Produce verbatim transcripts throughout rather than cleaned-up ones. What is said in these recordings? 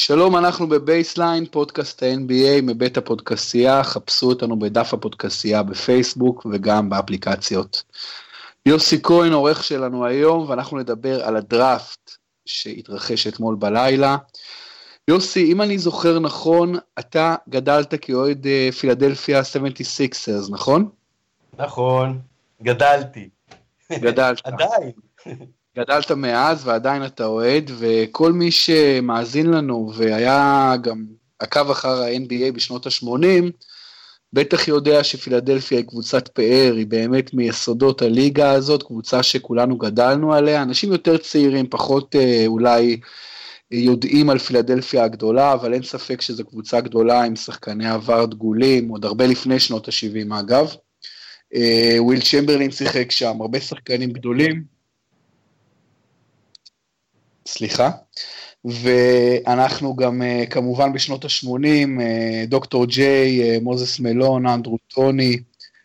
שלום, אנחנו בבייסליין, פודקאסט ה-אן בי איי מבית הפודקסייה, חפשו אותנו בדף הפודקסייה בפייסבוק וגם באפליקציות. יוסי כהן עורך שלנו היום, ואנחנו נדבר על הדראפט שהתרחש אתמול בלילה. יוסי, אם אני זוכר נכון, אתה גדלת כאוהד פילדלפיה שבעים ושש, נכון? נכון, גדלתי. גדלת. עדיין. גדלת מאז ועדיין אתה אוהד, וכל מי שמאזין לנו והיה גם עקב אחר ה-אן בי איי בשנות ה-שמונים, בטח יודע שפילדלפיה היא קבוצת פאר, היא באמת מיסודות הליגה הזאת, קבוצה שכולנו גדלנו עליה, אנשים יותר צעירים, פחות אולי יודעים על פילדלפיה הגדולה, אבל אין ספק שזו קבוצה גדולה עם שחקני עבר דגולים, עוד הרבה לפני שנות ה-שבעים אגב. וויל צ'מברלין שיחק שם, הרבה שחקנים גדולים, סליחה, ואנחנו גם כמובן בשנות ה-שמונים, דוקטור ג'יי, מוזס מלון, אנדרו טוני,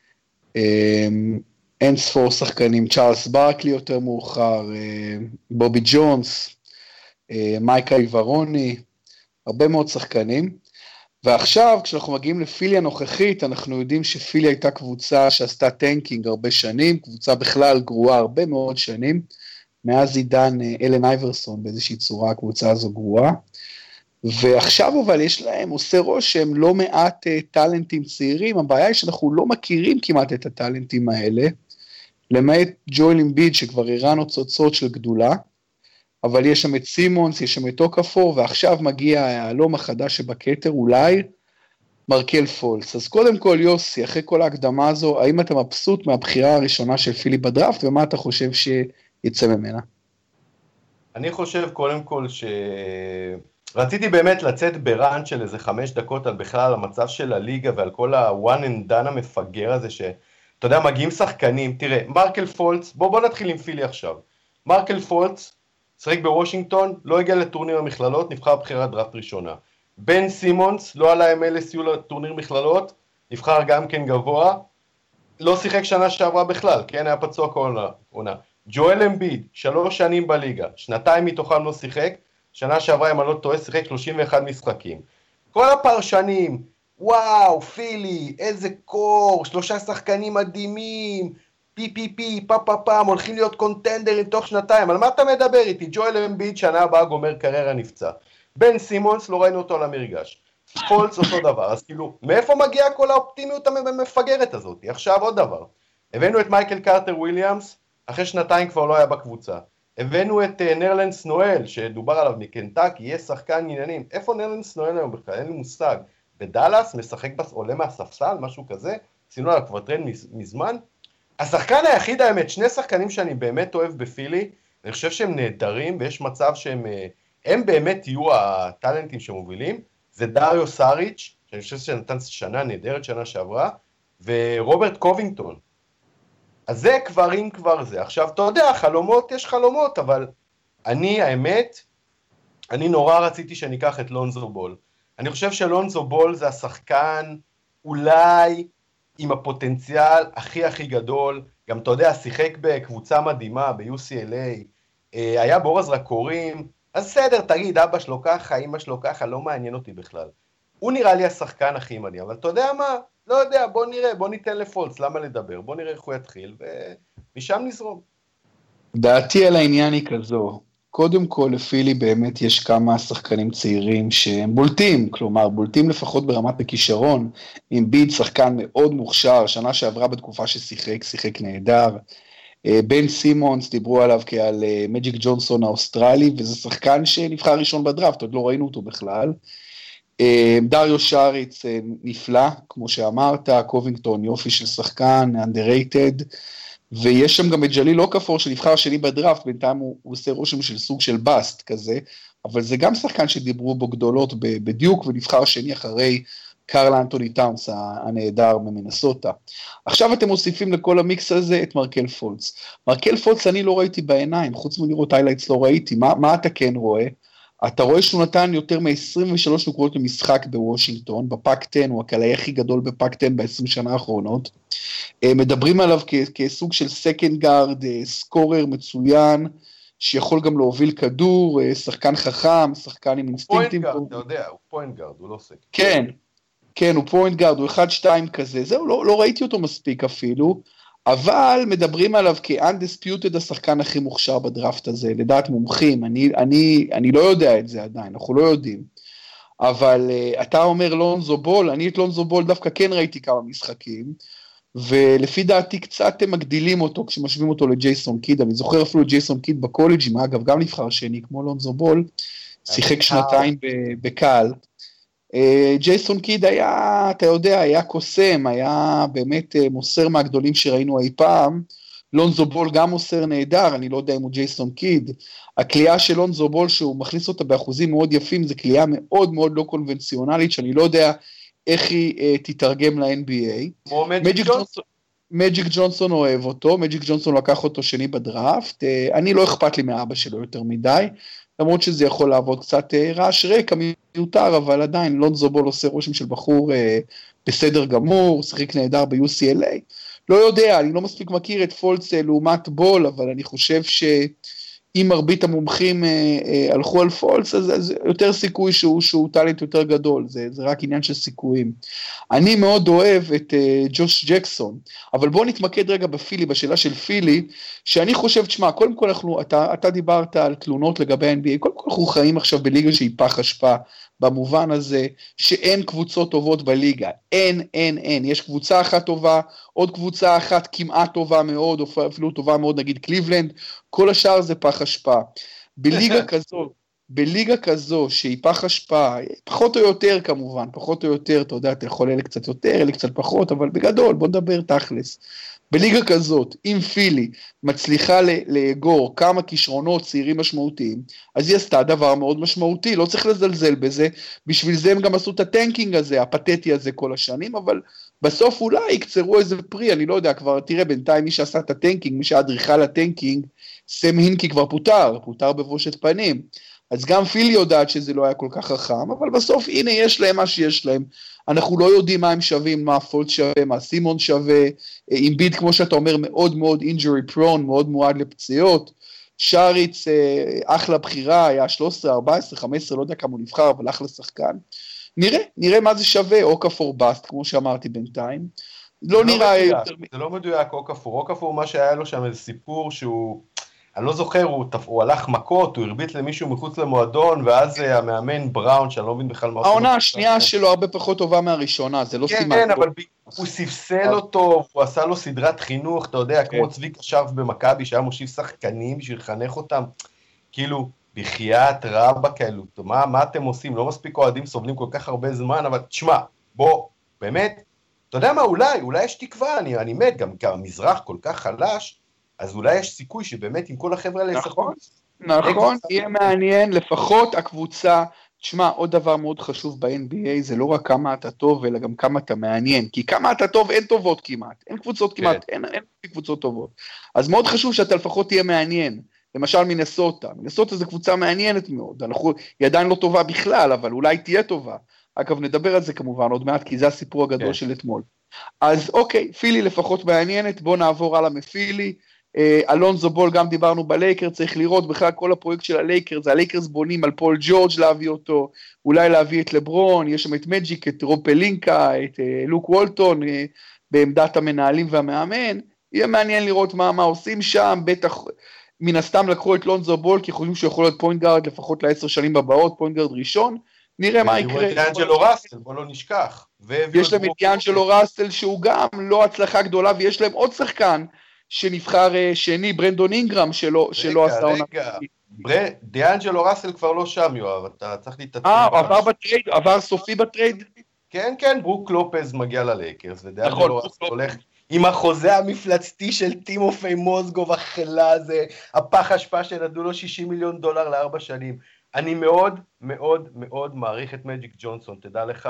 אין ספור שחקנים, צ'ארלס ברקלי יותר מאוחר, בובי ג'ונס, מייקה איברוני, הרבה מאוד שחקנים, ועכשיו כשאנחנו מגיעים לפילי הנוכחית, אנחנו יודעים שפילי הייתה קבוצה שעשתה טנקינג הרבה שנים, קבוצה בכלל גרועה הרבה מאוד שנים, מאז עידן אלן אייברסון באיזושהי צורה הקבוצה הזו גרועה, ועכשיו אבל יש להם, עושה רושם, לא מעט uh, טלנטים צעירים, הבעיה היא שאנחנו לא מכירים כמעט את הטלנטים האלה, למעט ג'ואל אמביד שכבר הראה נוצוצות של גדולה, אבל יש שם את סימונס, יש שם את אוקפור, ועכשיו מגיע העלום החדש שבקטר, אולי מרקל פולץ. אז קודם כל יוסי, אחרי כל ההקדמה הזו, האם אתה מבסוט מהבחירה הראשונה של פילי בדראפט, ומה אתה חושב ש... יצא ממנה? אני חושב קודם כל ש... רציתי באמת לצאת ברנט של איזה חמש דקות על בכלל המצב של הליגה ועל כל ה-one and done המפגר הזה ש... אתה יודע, מגיעים שחקנים, תראה, מרקל פולץ, בוא, בוא נתחיל עם פילי עכשיו. מרקל פולץ, שחק בוושינגטון, לא הגיע לטורניר המכללות, נבחר בחירת דראפט ראשונה. בן סימונס, לא עלה עם אל אס יו לטורניר מכללות, נבחר גם כן גבוה, לא שיחק שנה שעברה בכלל, כן, היה פצוע כל עונה. ג'ואל אמביד, שלוש שנים בליגה, שנתיים מתוכם לא שיחק, שנה שעברה אם אני לא טועה, שיחק שלושים ואחד משחקים. כל הפרשנים, וואו, פילי, איזה קור, שלושה שחקנים מדהימים, פי פי פי, פה פה פעם, הולכים להיות קונטנדרים תוך שנתיים, על מה אתה מדבר איתי? ג'ואל אמביד, שנה הבאה גומר קריירה נפצע. בן סימונס, לא ראינו אותו על המרגש. פולץ אותו דבר, אז כאילו, מאיפה מגיעה כל האופטימיות המפגרת הזאת? עכשיו עוד דבר. הבאנו את מייקל קרטר וויליאמס, אחרי שנתיים כבר לא היה בקבוצה. הבאנו את uh, נרלנס נואל, שדובר עליו מקנטקי, יהיה שחקן עניינים. איפה נרלנס נואל היום בכלל? אין לי מושג. בדלס, משחק, בס... עולה מהספסל, משהו כזה, עשינו עליו כבר טרנד מזמן. השחקן היחיד האמת, שני שחקנים שאני באמת אוהב בפילי, אני חושב שהם נהדרים, ויש מצב שהם הם באמת יהיו הטלנטים שמובילים, זה דריו סאריץ', שאני חושב שנתן שנה נהדרת, שנה שעברה, ורוברט קובינגטון. אז זה כבר אם כבר זה. עכשיו, אתה יודע, חלומות יש חלומות, אבל אני, האמת, אני נורא רציתי שאני אקח את לונזו בול. אני חושב שלונזו בול זה השחקן אולי עם הפוטנציאל הכי הכי גדול, גם אתה יודע, שיחק בקבוצה מדהימה, ב-יו סי אל איי, היה באור הזרקורים, אז בסדר, תגיד, אבא שלו ככה, אמא שלו ככה, לא מעניין אותי בכלל. הוא נראה לי השחקן הכי מדהים, אבל אתה יודע מה? לא יודע, בוא נראה, בוא ניתן לפולץ, למה לדבר? בוא נראה איך הוא יתחיל, ומשם נזרום. דעתי על העניין היא כזו, קודם כל לפילי באמת יש כמה שחקנים צעירים שהם בולטים, כלומר בולטים לפחות ברמת הכישרון, עם ביד שחקן מאוד מוכשר, שנה שעברה בתקופה ששיחק, שיחק נהדר, בן סימונס דיברו עליו כעל מג'יק ג'ונסון האוסטרלי, וזה שחקן שנבחר ראשון בדראפט, עוד לא ראינו אותו בכלל, דריו שריץ נפלא, כמו שאמרת, קובינגטון יופי של שחקן, underrated, ויש שם גם את ג'ליל אוקפור שנבחר שני בדראפט, בינתיים הוא, הוא עושה רושם של סוג של בסט כזה, אבל זה גם שחקן שדיברו בו גדולות בדיוק, ונבחר שני אחרי קרל אנטוני טאונס הנהדר ממנסוטה. עכשיו אתם מוסיפים לכל המיקס הזה את מרקל פולץ. מרקל פולץ אני לא ראיתי בעיניים, חוץ מלראות היילייטס לא ראיתי, מה, מה אתה כן רואה? אתה רואה שהוא נתן יותר מ-עשרים ושלוש נקודות למשחק בוושינגטון, בפאק עשר, הוא הקלעי הכי גדול בפאק עשר ב-עשרים שנה האחרונות, מדברים עליו כ- כסוג של סקנד גארד, סקורר מצוין, שיכול גם להוביל כדור, שחקן חכם, שחקן עם אינסטינקטים. הוא פוינט גארד, אתה יודע, הוא פוינט גארד, הוא לא עושה. כן, כן, הוא פוינט גארד, הוא אחד שתיים כזה, זהו, לא, לא ראיתי אותו מספיק אפילו, אבל מדברים עליו כ-undisputed השחקן הכי מוכשר בדראפט הזה, לדעת מומחים, אני, אני, אני לא יודע את זה עדיין, אנחנו לא יודעים. אבל uh, אתה אומר לונזו בול, אני את לונזו בול דווקא כן ראיתי כמה משחקים, ולפי דעתי קצת הם מגדילים אותו כשמשווים אותו לג'ייסון קיד, אני זוכר אפילו ג'ייסון קיד בקולג'ים, אגב גם נבחר שני כמו לונזו בול, שיחק שנתיים בקהל, ג'ייסון קיד היה, אתה יודע, היה קוסם, היה באמת מוסר מהגדולים שראינו אי פעם, לונזו בול גם מוסר נהדר, אני לא יודע אם הוא ג'ייסון קיד, הקליעה של לונזו בול שהוא מכניס אותה באחוזים מאוד יפים, זה קליעה מאוד מאוד לא קונבנציונלית, שאני לא יודע איך היא uh, תתרגם ל-אן בי איי. כמו מג'יק ג'ונסון. מג'יק ג'ונסון אוהב אותו, מג'יק ג'ונסון לקח אותו שני בדראפט, uh, אני לא אכפת לי מאבא שלו יותר מדי, למרות שזה יכול לעבוד קצת uh, רעש רקע מיותר, אבל עדיין לונזו בול עושה רושם של בחור uh, בסדר גמור, שחיק נהדר ב-יו סי אל איי, לא יודע, אני לא מספיק מכיר את פולץ לעומת בול, אבל אני חושב שאם מרבית המומחים אה, אה, הלכו על פולץ, אז, אז יותר סיכוי שהוא, שהוא טלנט יותר גדול, זה, זה רק עניין של סיכויים. אני מאוד אוהב את אה, ג'וש ג'קסון, אבל בואו נתמקד רגע בפילי, בשאלה של פילי, שאני חושב, תשמע, קודם כל אנחנו, אתה, אתה דיברת על תלונות לגבי ה-אן בי איי, קודם כל אנחנו חיים עכשיו בליגה שהיא פח אשפה, במובן הזה שאין קבוצות טובות בליגה, אין, אין, אין, יש קבוצה אחת טובה, עוד קבוצה אחת כמעט טובה מאוד, או אפילו טובה מאוד, נגיד קליבלנד, כל השאר זה פח אשפה. בליגה כזו, בליגה כזו שהיא פח אשפה, פחות או יותר כמובן, פחות או יותר, אתה יודע, אתה יכול אלה קצת יותר, אלה קצת פחות, אבל בגדול, בוא נדבר תכלס. בליגה כזאת, אם פילי מצליחה לאגור כמה כישרונות צעירים משמעותיים, אז היא עשתה דבר מאוד משמעותי, לא צריך לזלזל בזה, בשביל זה הם גם עשו את הטנקינג הזה, הפתטי הזה כל השנים, אבל בסוף אולי יקצרו איזה פרי, אני לא יודע, כבר תראה בינתיים מי שעשה את הטנקינג, מי שהאדריכל לטנקינג, סם הינקי כבר פוטר, פוטר בבושת פנים, אז גם פילי יודעת שזה לא היה כל כך חכם, אבל בסוף הנה יש להם מה שיש להם, אנחנו לא יודעים מה הם שווים, מה פולט שווה, מה סימון שווה, עם ביד כמו שאתה אומר מאוד מאוד injury prone, מאוד מועד לפציעות, שריץ אחלה בחירה, היה שלוש עשרה, ארבע עשרה, חמש עשרה, לא יודע כמה הוא נבחר, אבל אחלה שחקן, נראה, נראה מה זה שווה, או כפור בסט, כמו שאמרתי בינתיים, לא נראה יותר... זה לא מדויק, או כפור, או כפור מה שהיה לו שם, איזה סיפור שהוא... אני לא זוכר, הוא, הוא הלך מכות, הוא הרביץ למישהו מחוץ למועדון, ואז המאמן בראון, שאני לא מבין בכלל מה... העונה השנייה שלו הרבה פחות טובה מהראשונה, זה לא סימן. כן, אבל הוא ספסל אותו, הוא עשה לו סדרת חינוך, אתה יודע, כמו צבי קשב במכבי, שהיה מושיב שחקנים בשביל לחנך אותם, כאילו, בחיית רבה כאלו, מה, מה אתם עושים? לא מספיק אוהדים סובלים כל כך הרבה זמן, אבל תשמע, בוא, באמת, אתה יודע מה, אולי, אולי יש תקווה, אני, אני מת, גם כי המזרח כל כך חלש, אז אולי יש סיכוי שבאמת עם כל החבר'ה האלה... נכון, נכון, יהיה מעניין, לפחות הקבוצה, תשמע, עוד דבר מאוד חשוב ב-אן בי איי, זה לא רק כמה אתה טוב, אלא גם כמה אתה מעניין, כי כמה אתה טוב, אין טובות כמעט, אין קבוצות כמעט, אין, אין קבוצות טובות, אז מאוד חשוב שאתה לפחות תהיה מעניין, למשל מינסוטה, מינסוטה זה קבוצה מעניינת מאוד, אנחנו, היא עדיין לא טובה בכלל, אבל אולי תהיה טובה, אגב נדבר על זה כמובן עוד מעט, כי זה הסיפור הגדול של אתמול, אז אוקיי, פילי לפחות מעניינת, בוא נעבור הלאה מפילי, אלונזו בול גם דיברנו בלייקר, צריך לראות בכלל כל הפרויקט של הלייקר, זה הלייקרס בונים על פול ג'ורג' להביא אותו, אולי להביא את לברון, יש שם את מג'יק, את רוב פלינקה, את לוק וולטון, בעמדת המנהלים והמאמן, יהיה מעניין לראות מה, מה עושים שם, בטח מן הסתם לקחו את לונזו בול, כי חושבים שהוא יכול להיות פוינט גארד לפחות לעשר שנים בבאות, פוינט גארד ראשון, נראה מה יקרה. ויש את דיאנג'לו ראסל, בוא לא נשכח. יש להם את דיאנג'לו ראסל שהוא גם לא הצלחה גדולה, ויש להם עוד שחקן, שנבחר שני, ברנדון אינגרם, שלא, רגע, שלא עשה עונה. רגע, בר... דיאנג'לו ראסל כבר לא שם, יואב, אתה צריך להתעדכן. אה, עבר בטרייד, עבר סופי בטרייד? כן, כן, ברוק לופז מגיע ללייקרס, ודיאנג'לו ראסל הולך עם החוזה המפלצתי של טימופי מוזגוב, החלה הזה, הפח השפעה שנתנו לו שישים מיליון דולר לארבע שנים. אני מאוד, מאוד, מאוד מעריך את מג'יק ג'ונסון, תדע לך,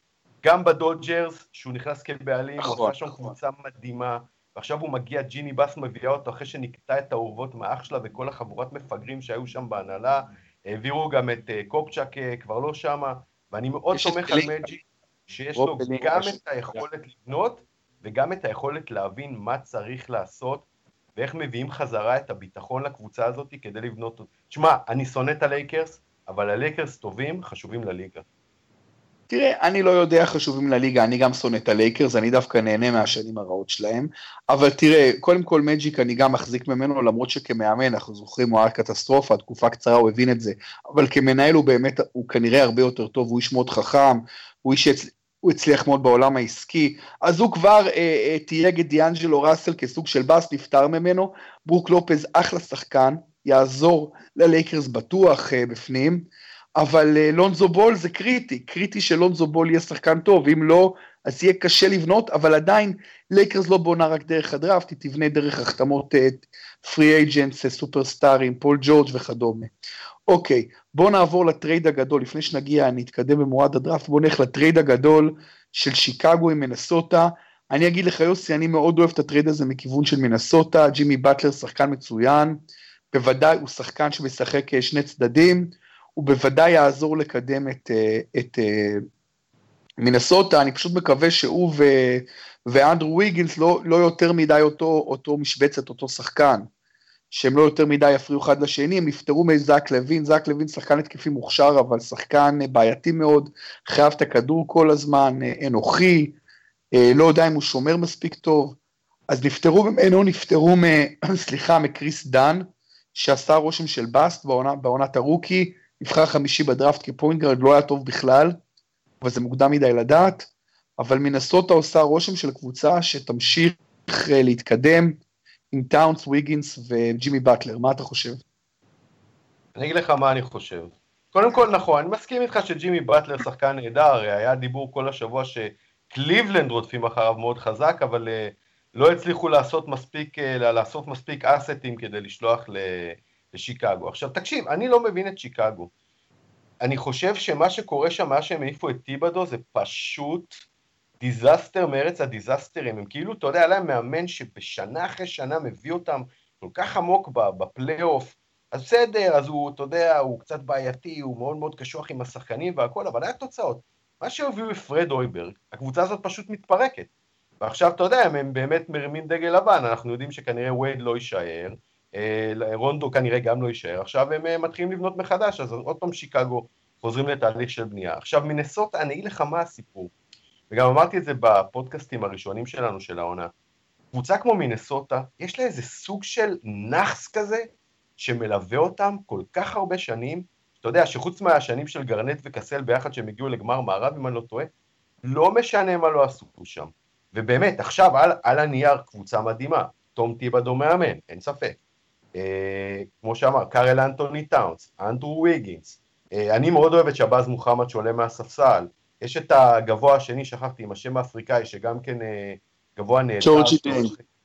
גם בדודג'רס, שהוא נכנס כבעלים, הוא עשה שם קבוצה מדהימה, ועכשיו הוא מגיע, ג'יני בס מביאה אותו אחרי שנקטע את האורוות מאח שלה וכל החבורת מפגרים שהיו שם בהנהלה, העבירו גם את קופצ'ק כבר לא שמה, ואני מאוד תומך על מג'יק, שיש לו גם את היכולת לבנות, וגם את היכולת להבין מה צריך לעשות, ואיך מביאים חזרה את הביטחון לקבוצה הזאת כדי לבנות... תשמע, אני שונא את הלייקרס, אבל הלייקרס טובים, חשובים לליגה. תראה, אני לא יודע חשובים לליגה, אני גם שונא את הלייקרס, אני דווקא נהנה מהשנים הרעות שלהם, אבל תראה, קודם כל מג'יק אני גם מחזיק ממנו, למרות שכמאמן, אנחנו זוכרים, הוא היה קטסטרופה, תקופה קצרה הוא הבין את זה, אבל כמנהל הוא באמת, הוא כנראה הרבה יותר טוב, הוא איש מאוד חכם, הוא איש שהצ... הוא הצליח מאוד בעולם העסקי, אז הוא כבר אה, אה, תייג את דיאנג'לו ראסל כסוג של בס, נפטר ממנו, ברוק לופז אחלה שחקן, יעזור ללייקרס בטוח אה, בפנים, אבל uh, לונזו בול זה קריטי, קריטי שלונזו בול יהיה שחקן טוב, אם לא, אז יהיה קשה לבנות, אבל עדיין לייקרס לא בונה רק דרך הדראפט, היא תבנה דרך החתמות פרי אייג'נטס, סופרסטארים, פול ג'ורג' וכדומה. אוקיי, בואו נעבור לטרייד הגדול, לפני שנגיע, נתקדם במועד הדראפט, בואו נלך לטרייד הגדול של שיקגו עם מנסוטה, אני אגיד לך יוסי, אני מאוד אוהב את הטרייד הזה מכיוון של מנסוטה, ג'ימי באטלר שחקן מצוין, בוודאי הוא שחקן שמשחק שני צדדים, הוא בוודאי יעזור לקדם את, את מינסוטה, אני פשוט מקווה שהוא ו, ואנדרו ויגינס לא, לא יותר מדי אותו, אותו משבצת, אותו שחקן, שהם לא יותר מדי יפריעו אחד לשני, הם נפטרו מזק לוין, זק לוין שחקן התקפי מוכשר, אבל שחקן בעייתי מאוד, חייב את הכדור כל הזמן, אנוכי, לא יודע אם הוא שומר מספיק טוב, אז נפטרו ממנו, נפטרו מ, סליחה, מקריס דן, שעשה רושם של בסט בעונה, בעונת הרוקי, נבחר חמישי בדראפט כפוינט גארד, לא היה טוב בכלל, אבל זה מוקדם מדי לדעת, אבל מינסוטה עושה רושם של קבוצה שתמשיך להתקדם עם טאונס, ויגינס וג'ימי באטלר, מה אתה חושב? אני אגיד לך מה אני חושב. קודם כל נכון, אני מסכים איתך שג'ימי באטלר שחקן נהדר, היה דיבור כל השבוע שקליבלנד רודפים אחריו מאוד חזק, אבל לא הצליחו לעשות מספיק, לאסוף מספיק אסטים כדי לשלוח לשיקגו. עכשיו תקשיב, אני לא מבין את שיקגו. אני חושב שמה שקורה שם, מה שהם העיפו את טיבדו, זה פשוט דיזסטר מארץ הדיזסטרים. הם כאילו, אתה יודע, היה להם מאמן שבשנה אחרי שנה מביא אותם כל כך עמוק בפלי אוף. אז בסדר, אז הוא, אתה יודע, הוא קצת בעייתי, הוא מאוד מאוד קשוח עם השחקנים והכל, אבל היה תוצאות. מה שהביאו פרד אויברג, הקבוצה הזאת פשוט מתפרקת. ועכשיו, אתה יודע, הם באמת מרימים דגל לבן, אנחנו יודעים שכנראה וייד לא יישאר, רונדו כנראה גם לא יישאר, עכשיו הם מתחילים לבנות מחדש, אז עוד פעם שיקגו חוזרים לתהליך של בנייה. עכשיו מינסוטה, אני אגיד לך מה הסיפור, וגם אמרתי את זה בפודקאסטים הראשונים שלנו של העונה, קבוצה כמו מינסוטה, יש לה איזה סוג של נחס כזה, שמלווה אותם כל כך הרבה שנים, אתה יודע שחוץ מהשנים של גרנט וקסל ביחד שהם הגיעו לגמר מערב, אם אני לא טועה, לא משנה מה לא עשו שם. ובאמת, עכשיו על, על הנייר קבוצה מדהימה, תום טיבדו מאמן, אין ספק. אה, כמו שאמר, קארל אנטוני טאונס, אנדרו ויגינס, אה, אני מאוד אוהב את שבאז מוחמד שעולה מהספסל, יש את הגבוה השני, שכחתי, עם השם האפריקאי, שגם כן אה, גבוה נהדר. ג'ורג'י דנג.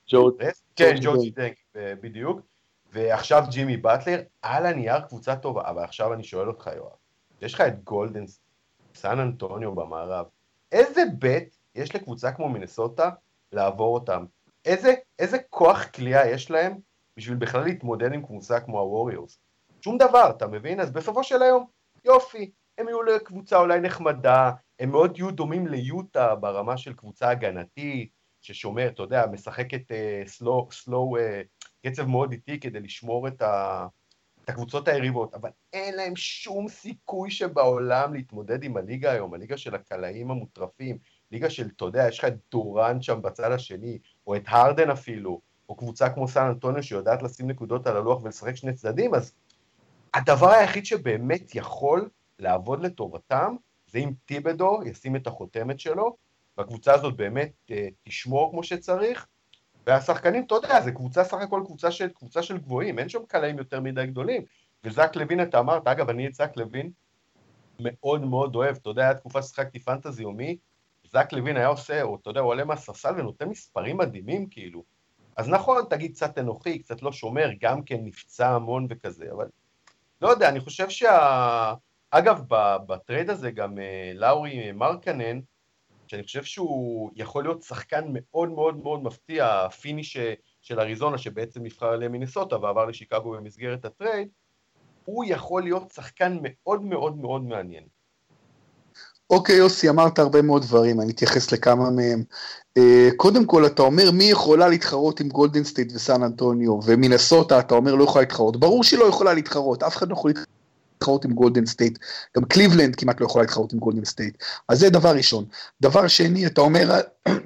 כן, ג'ורג'י דנג, בדיוק. ועכשיו ג'ימי באטלר, על הנייר קבוצה טובה, אבל עכשיו אני שואל אותך, יואב, יש לך את גולדן, סן אנטוניו במערב, איזה בית יש לקבוצה כמו מינסוטה לעבור אותם? איזה, איזה כוח כלייה יש להם בשביל בכלל להתמודד עם קבוצה כמו הווריורס? שום דבר, אתה מבין? אז בסופו של היום, יופי, הם יהיו לקבוצה אולי נחמדה, הם מאוד יהיו דומים ליוטה ברמה של קבוצה הגנתית, ששומר, אתה יודע, משחקת uh, slow, slow, uh, קצב מאוד איטי כדי לשמור את, ה, את הקבוצות היריבות, אבל אין להם שום סיכוי שבעולם להתמודד עם הליגה היום, הליגה של הקלעים המוטרפים, ליגה של, אתה יודע, יש לך את דורנט שם בצד השני, או את הרדן אפילו, או קבוצה כמו סן אנטוניו שיודעת לשים נקודות על הלוח ולשחק שני צדדים, אז הדבר היחיד שבאמת יכול לעבוד לטובתם, זה אם טיבדו ישים את החותמת שלו, והקבוצה הזאת באמת תשמור כמו שצריך, והשחקנים, אתה יודע, זה קבוצה סך הכל קבוצה של, קבוצה של גבוהים, אין שם קלעים יותר מדי גדולים, וזק לוין אתה אמרת, אגב אני את זק לוין מאוד מאוד אוהב, אתה יודע, היה תקופה ששחקתי פנטזי יומי, זק לוין היה עושה, או אתה יודע, הוא עולה מהספסל ונותן מספרים מדהימים כאילו, אז נכון, תגיד קצת אנוכי, קצת לא שומר, גם כן נפצע המון וכזה, אבל לא יודע, אני חושב שה... אגב, בטרייד הזה גם לאורי מרקנן, שאני חושב שהוא יכול להיות שחקן מאוד מאוד מאוד מפתיע, הפיניש של אריזונה שבעצם נבחר עליהם מינסוטה ועבר לשיקגו במסגרת הטרייד, הוא יכול להיות שחקן מאוד מאוד מאוד מעניין. אוקיי, יוסי, אמרת הרבה מאוד דברים, אני אתייחס לכמה מהם. Uh, קודם כל, אתה אומר, מי יכולה להתחרות עם גולדן סטייט וסן אנטוניו, ומינסוטה, אתה אומר, לא יכולה להתחרות. ברור שהיא לא יכולה להתחרות, אף אחד לא יכול להתחרות עם גולדן סטייט, גם קליבלנד כמעט לא יכולה להתחרות עם גולדן סטייט. אז זה דבר ראשון. דבר שני, אתה אומר,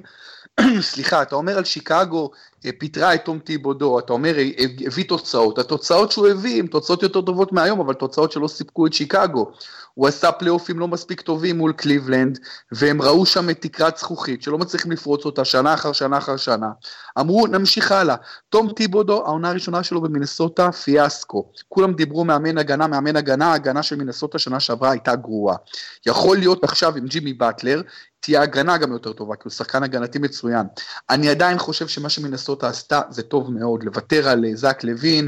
סליחה, אתה אומר על שיקגו, פיתרה את תום טיבודו, אתה אומר, הביא תוצאות, התוצאות שהוא הביא, הן תוצאות יותר טובות מהיום, אבל תוצאות שלא סיפקו את שיקגו, הוא עשה פלייאופים לא מספיק טובים מול קליבלנד, והם ראו שם את תקרת זכוכית, שלא מצליחים לפרוץ אותה שנה אחר שנה אחר שנה, אמרו, נמשיך הלאה, תום טיבודו, העונה הראשונה שלו במינסוטה, פיאסקו, כולם דיברו מאמן הגנה, מאמן הגנה, ההגנה של מינסוטה שנה שעברה הייתה גרועה, יכול להיות עכשיו עם ג'ימי באטלר, תהיה הגנה גם יותר טובה, כי הוא שחקן הגנתי מצוין. אני עדיין חושב שמה שמינסוטה עשתה זה טוב מאוד, לוותר על זק לוין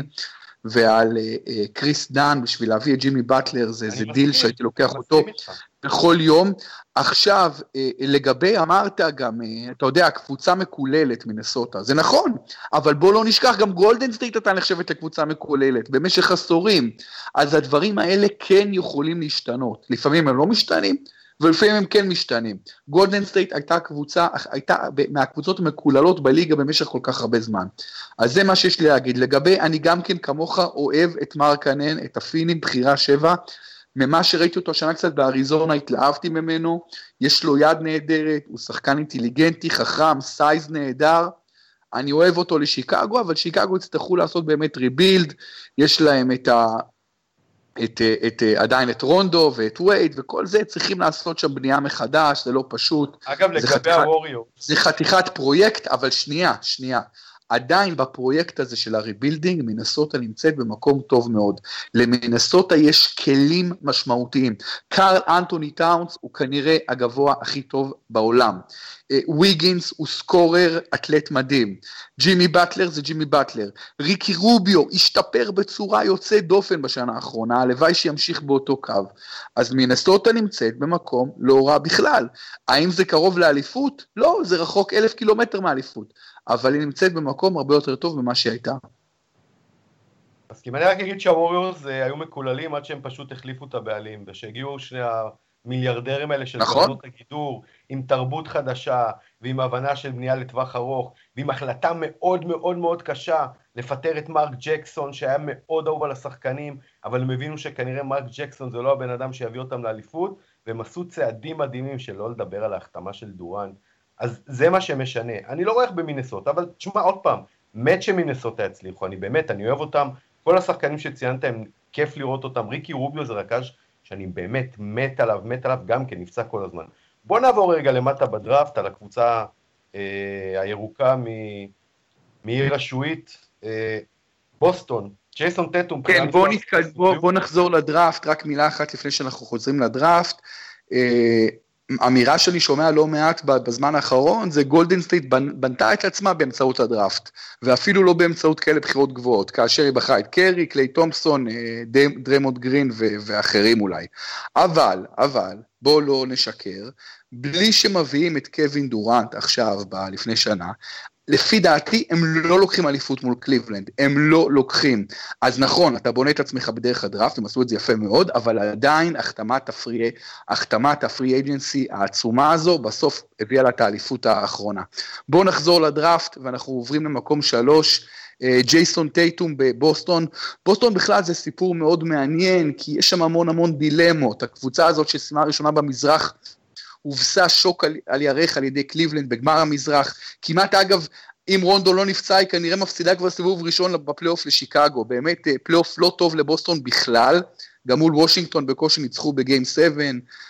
ועל קריס דן בשביל להביא את ג'ימי באטלר, זה, זה דיל שהייתי לוקח אותו בכל יום. עכשיו, לגבי אמרת גם, אתה יודע, הקבוצה מקוללת מינסוטה, זה נכון, אבל בוא לא נשכח, גם גולדן סטייט אתה נחשבת לקבוצה מקוללת, במשך עשורים, אז הדברים האלה כן יכולים להשתנות, לפעמים הם לא משתנים, ולפעמים הם כן משתנים. גולדן סטייט הייתה קבוצה, הייתה מהקבוצות המקוללות בליגה במשך כל כך הרבה זמן. אז זה מה שיש לי להגיד. לגבי, אני גם כן כמוך אוהב את מרקנן, את הפינים, בחירה שבע, ממה שראיתי אותו השנה קצת באריזונה, התלהבתי ממנו, יש לו יד נהדרת, הוא שחקן אינטליגנטי, חכם, סייז נהדר, אני אוהב אותו לשיקגו, אבל שיקגו יצטרכו לעשות באמת ריבילד, יש להם את ה... את, את, עדיין את רונדו ואת וייד וכל זה, צריכים לעשות שם בנייה מחדש, זה לא פשוט. אגב, לגבי הווריורס. זה חתיכת פרויקט, אבל שנייה, שנייה. עדיין בפרויקט הזה של הריבילדינג, מינסוטה נמצאת במקום טוב מאוד. למינסוטה יש כלים משמעותיים. קארל אנטוני טאונס הוא כנראה הגבוה הכי טוב בעולם. ויגינס הוא סקורר אתלט מדהים. ג'ימי באטלר זה ג'ימי באטלר. ריקי רוביו השתפר בצורה יוצאת דופן בשנה האחרונה, הלוואי שימשיך באותו קו. אז מינסוטה נמצאת במקום לא רע בכלל. האם זה קרוב לאליפות? לא, זה רחוק אלף קילומטר מאליפות. אבל היא נמצאת במקום הרבה יותר טוב ממה שהיא הייתה. אז כי אני רק אגיד שהווריורס היו מקוללים עד שהם פשוט החליפו את הבעלים, ושהגיעו שני המיליארדרים האלה של קרנות הגידור, עם תרבות חדשה, ועם הבנה של בנייה לטווח ארוך, ועם החלטה מאוד מאוד מאוד קשה, לפטר את מרק ג'קסון, שהיה מאוד אהוב על השחקנים, אבל הם הבינו שכנראה מרק ג'קסון זה לא הבן אדם שיביא אותם לאליפות, והם עשו צעדים מדהימים שלא לדבר על ההחתמה של דורן. אז זה מה שמשנה. אני לא רואה איך במינסוטה, אבל תשמע עוד פעם, מת שמינסוטה הצליחו, אני באמת, אני אוהב אותם, כל השחקנים שציינת הם כיף לראות אותם, ריקי רוביו זה רכז שאני באמת מת עליו, מת עליו גם כן, נפצע כל הזמן. בוא נעבור רגע למטה בדראפט, על הקבוצה אה, הירוקה מעיר השועית, אה, בוסטון, ג'ייסון טטום. כן, בוא, נתקד, בוא, בוא נחזור לדראפט, רק מילה אחת לפני שאנחנו חוזרים לדראפט, אה, אמירה שאני שומע לא מעט בזמן האחרון, זה גולדן סטייט בנתה את עצמה באמצעות הדראפט, ואפילו לא באמצעות כאלה בחירות גבוהות, כאשר היא בחרה את קרי, קליי תומפסון, דרמונד גרין ואחרים אולי. אבל, אבל, בוא לא נשקר, בלי שמביאים את קווין דורנט עכשיו, לפני שנה, לפי דעתי הם לא לוקחים אליפות מול קליבלנד, הם לא לוקחים, אז נכון, אתה בונה את עצמך בדרך הדראפט, הם עשו את זה יפה מאוד, אבל עדיין החתמת הפרי, החתמת הפרי אייג'נסי העצומה הזו, בסוף הביאה לה את האליפות האחרונה. בואו נחזור לדראפט, ואנחנו עוברים למקום שלוש, ג'ייסון טייטום בבוסטון, בוסטון בכלל זה סיפור מאוד מעניין, כי יש שם המון המון דילמות, הקבוצה הזאת שסיימה ראשונה במזרח, הובסה שוק על, על ירך על ידי קליבלנד בגמר המזרח, כמעט אגב, אם רונדו לא נפצע, היא כנראה מפסידה כבר סיבוב ראשון בפלייאוף לשיקגו, באמת פלייאוף לא טוב לבוסטון בכלל, גם מול וושינגטון בקושי ניצחו בגיים שבע,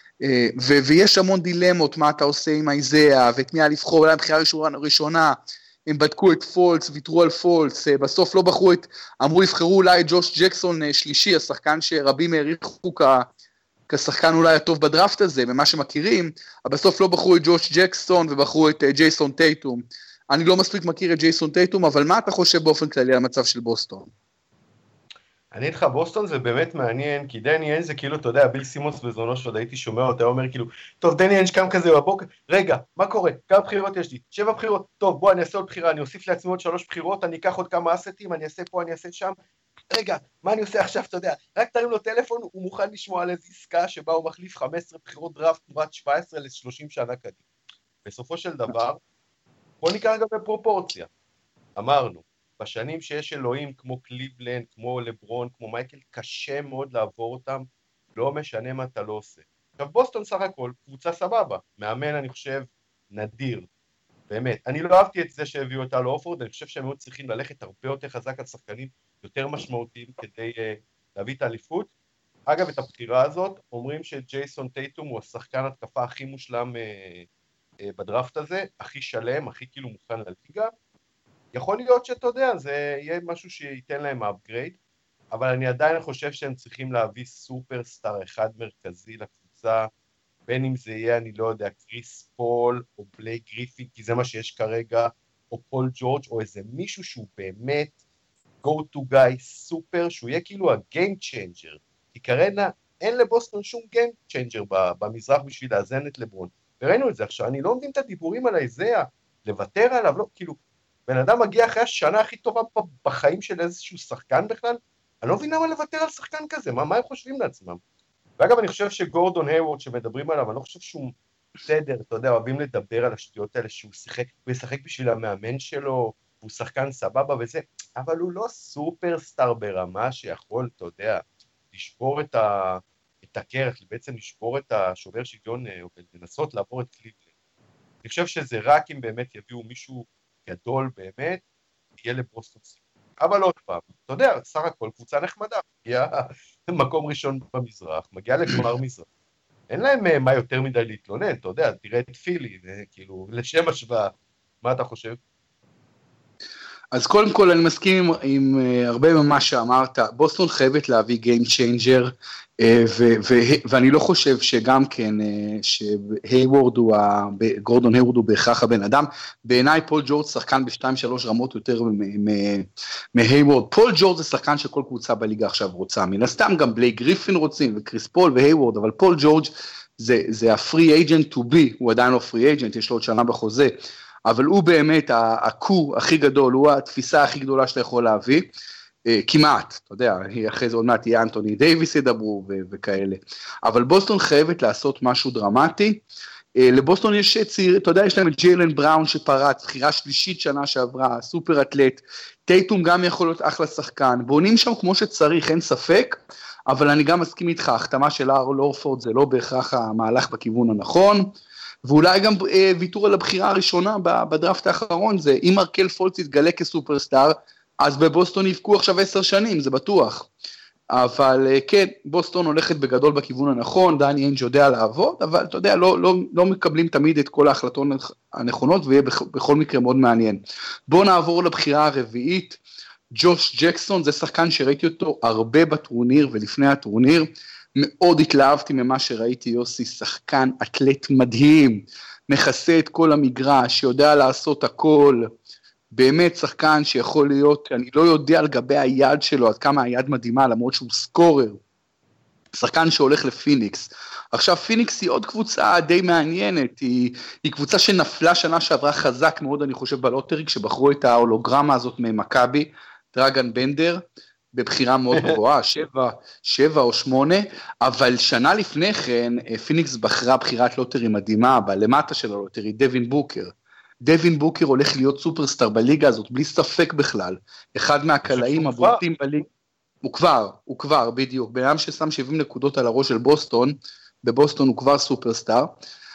ו- ויש המון דילמות, מה אתה עושה עם איזאה, ואת מי לבחור, אולי בחירה ראשונה, ראשונה, הם בדקו את פולץ, ויתרו על פולץ, בסוף לא בחרו את, אמרו יבחרו אולי את ג'וש ג'קסון שלישי, השחקן שרבים העריכו כ... כשחקן אולי הטוב בדראפט הזה, ממה שמכירים, אבל בסוף לא בחרו את ג'וש ג'קסון, ובחרו את ג'ייסון טייטום. אני לא מספיק מכיר את ג'ייסון טייטום, אבל מה אתה חושב באופן כללי על המצב של בוסטון? אני איתך, בוסטון זה באמת מעניין, כי דני אינג' זה כאילו, אתה יודע, ביל סימונס בזונו שעוד הייתי שומע אותה, אומר כאילו, טוב, דני אינג' קם כזה בבוקר, רגע, מה קורה? כמה בחירות יש לי? שבע בחירות, טוב, בוא, אני אעשה עוד בחירה, אני אוסיף לעצמי עוד שלוש בחירות, אני אקח עוד כמה אסטים, אני אעשה פה, אני אעשה שם, רגע, מה אני עושה עכשיו, אתה יודע, רק תרים לו טלפון, הוא מוכן לשמוע על איזו עסקה שבה הוא מחליף חמש עשרה בחירות דראפט תמורת שבע עשרה ל-שלושים שנה קדימה. בסופו של דבר, בוא ניקח גם בפרופורציה. אמרנו, בשנים שיש אלוהים כמו קליבלנד, כמו לברון, כמו מייקל, קשה מאוד לעבור אותם, לא משנה מה אתה לא עושה. עכשיו, בוסטון סך הכל, קבוצה סבבה, מאמן אני חושב נדיר, באמת. אני לא אהבתי את זה שהביאו אותה לאופורד, אני חושב שהם היו צריכים ללכת הרבה יותר חזק על שחקנים יותר משמעותיים כדי uh, להביא את האליפות. אגב, את הבחירה הזאת, אומרים שג'ייסון טייטום הוא השחקן התקפה הכי מושלם uh, uh, בדראפט הזה, הכי שלם, הכי כאילו מוכן לליגה. יכול להיות שאתה יודע, זה יהיה משהו שייתן להם upgrade, אבל אני עדיין חושב שהם צריכים להביא סופרסטאר אחד מרכזי לקבוצה, בין אם זה יהיה, אני לא יודע, קריס פול או בלייק גריפין, כי זה מה שיש כרגע, או פול ג'ורג', או איזה מישהו שהוא באמת go to guy סופר, שהוא יהיה כאילו ה-game changer, כי כרגע אין לבוסטון שום game changer במזרח בשביל לאזן את לברון, וראינו את זה עכשיו, אני לא מבין את הדיבורים על האיזיה, לוותר עליו, לא, כאילו, בן אדם מגיע אחרי השנה הכי טובה בחיים של איזשהו שחקן בכלל, אני לא מבין למה לוותר על שחקן כזה, מה, מה הם חושבים לעצמם? ואגב, אני חושב שגורדון היוורד שמדברים עליו, אני לא חושב שהוא בסדר, אתה יודע, אוהבים לדבר על השטויות האלה, שהוא שיחק, הוא ישחק בשביל המאמן שלו, הוא שחקן סבבה וזה, אבל הוא לא סופרסטאר ברמה שיכול, אתה יודע, לשבור את, ה, את הקרח, בעצם לשבור את השובר שוויון, ולנסות לעבור את קליבלנד. אני חושב שזה רק אם באמת יביאו מישהו גדול באמת, יהיה לבוסטון סיפור. אבל עוד פעם, אתה יודע, סך הכל קבוצה נחמדה, מגיעה מקום ראשון במזרח, מגיעה לגמר מזרח. אין להם מה יותר מדי להתלונן, אתה יודע, תראה את פילי, כאילו, לשם השוואה, מה אתה חושב? אז קודם כל אני מסכים עם, עם uh, הרבה ממה שאמרת, בוסטון חייבת להביא Game Changer, uh, ו- ו- ואני לא חושב שגם כן, uh, שהייוורד הוא, ה- גורדון הייוורד הוא בהכרח הבן אדם, בעיניי פול ג'ורג' שחקן בשתיים שלוש רמות יותר מהייוורד, פול ג'ורג' זה שחקן שכל קבוצה בליגה עכשיו רוצה, מן הסתם גם בלייק גריפין רוצים, וקריס פול והייוורד, אבל פול ג'ורג' זה, זה ה-free agent to be, הוא עדיין לא free agent, יש לו עוד שנה בחוזה, אבל הוא באמת הקור הכי גדול, הוא התפיסה הכי גדולה שאתה יכול להביא, כמעט, אתה יודע, אחרי זה עוד מעט יהיה אנטוני דייביס ידברו וכאלה, אבל בוסטון חייבת לעשות משהו דרמטי, לבוסטון יש צעיר, אתה יודע, יש להם את ג'יילן בראון שפרץ, בחירה שלישית שנה שעברה, סופר אתלט, טייטום גם יכול להיות אחלה שחקן, בונים שם כמו שצריך, אין ספק, אבל אני גם מסכים איתך, החתמה של ארל אורפורד זה לא בהכרח המהלך בכיוון הנכון, ואולי גם אה, ויתור על הבחירה הראשונה בדראפט האחרון, זה אם מרקל פולץ יתגלה כסופרסטאר, אז בבוסטון יבקו עכשיו עשר שנים, זה בטוח. אבל אה, כן, בוסטון הולכת בגדול בכיוון הנכון, דני אינג' יודע לעבוד, אבל אתה יודע, לא, לא, לא מקבלים תמיד את כל ההחלטות הנכונות, ויהיה בכ, בכל מקרה מאוד מעניין. בואו נעבור לבחירה הרביעית, ג'וש ג'קסון, זה שחקן שראיתי אותו הרבה בטורניר ולפני הטורניר, מאוד התלהבתי ממה שראיתי יוסי, שחקן אתלט מדהים, מכסה את כל המגרש, שיודע לעשות הכל, באמת שחקן שיכול להיות, אני לא יודע על גבי היד שלו, עד כמה היד מדהימה, למרות שהוא סקורר, שחקן שהולך לפיניקס, עכשיו פיניקס היא עוד קבוצה די מעניינת, היא, היא קבוצה שנפלה שנה שעברה חזק מאוד, אני חושב בלוטרי, כשבחרו את ההולוגרמה הזאת ממכבי, דרגן בנדר, בבחירה מאוד גבוהה, שבע, שבע או שמונה, אבל שנה לפני כן, פיניקס בחרה בחירת לוטרי מדהימה, בלמטה של הלוטרי, דווין בוקר. דווין בוקר הולך להיות סופרסטאר בליגה הזאת, בלי ספק בכלל. אחד מהקלעים הבולטים בליגה, הוא כבר, הוא כבר, בדיוק, בינם ששם שבעים נקודות על הראש של בוסטון, בבוסטון הוא כבר סופרסטאר,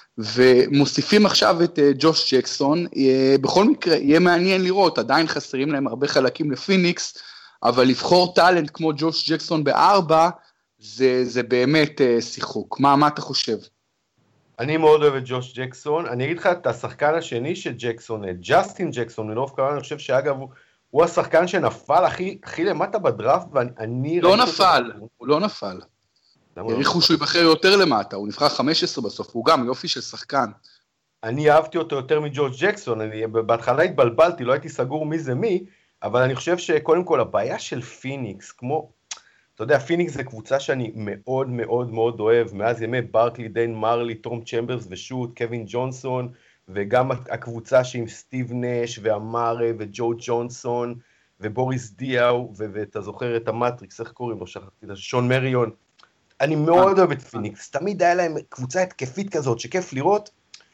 ומוסיפים עכשיו את ג'וש ג'קסון, בכל מקרה, יהיה מעניין לראות, עדיין חסרים להם הרבה חלקים לפיניקס, אבל לבחור טלנט כמו ג'וש ג'קסון בארבע, זה, זה באמת uh, שיחוק. מה, מה אתה חושב? אני מאוד אוהב את ג'וש ג'קסון, אני אגיד לך את השחקן השני של ג'קסון, ג'סטין ג'קסון, מנוף קרן, אני חושב שאגב הוא, הוא השחקן שנפל הכי, הכי למטה בדראפט, ואני... לא נפל, אותו... הוא לא נפל. העריכו שהוא יבחר יותר למטה, הוא נבחר חמש עשרה בסוף, הוא גם יופי של שחקן. אני אהבתי אותו יותר מג'וש ג'קסון, אני בהתחלה התבלבלתי, לא הייתי סגור מי זה מי, אבל אני חושב שקודם כל הבעיה של פיניקס, כמו, אתה יודע, פיניקס זה קבוצה שאני מאוד מאוד מאוד אוהב, מאז ימי ברקלי, דיין מרלי, טום צ'מברס ושוט, קווין ג'ונסון, וגם הקבוצה שעם סטיב נש ואמרה וג'ו ג'ונסון, ובוריס דיאו, ואתה זוכר את המטריקס, איך קוראים לו, שכחתי את זה, שון מריון, אני מאוד אוהב את פיניקס, תמיד היה להם קבוצה התקפית כזאת, שכיף לראות,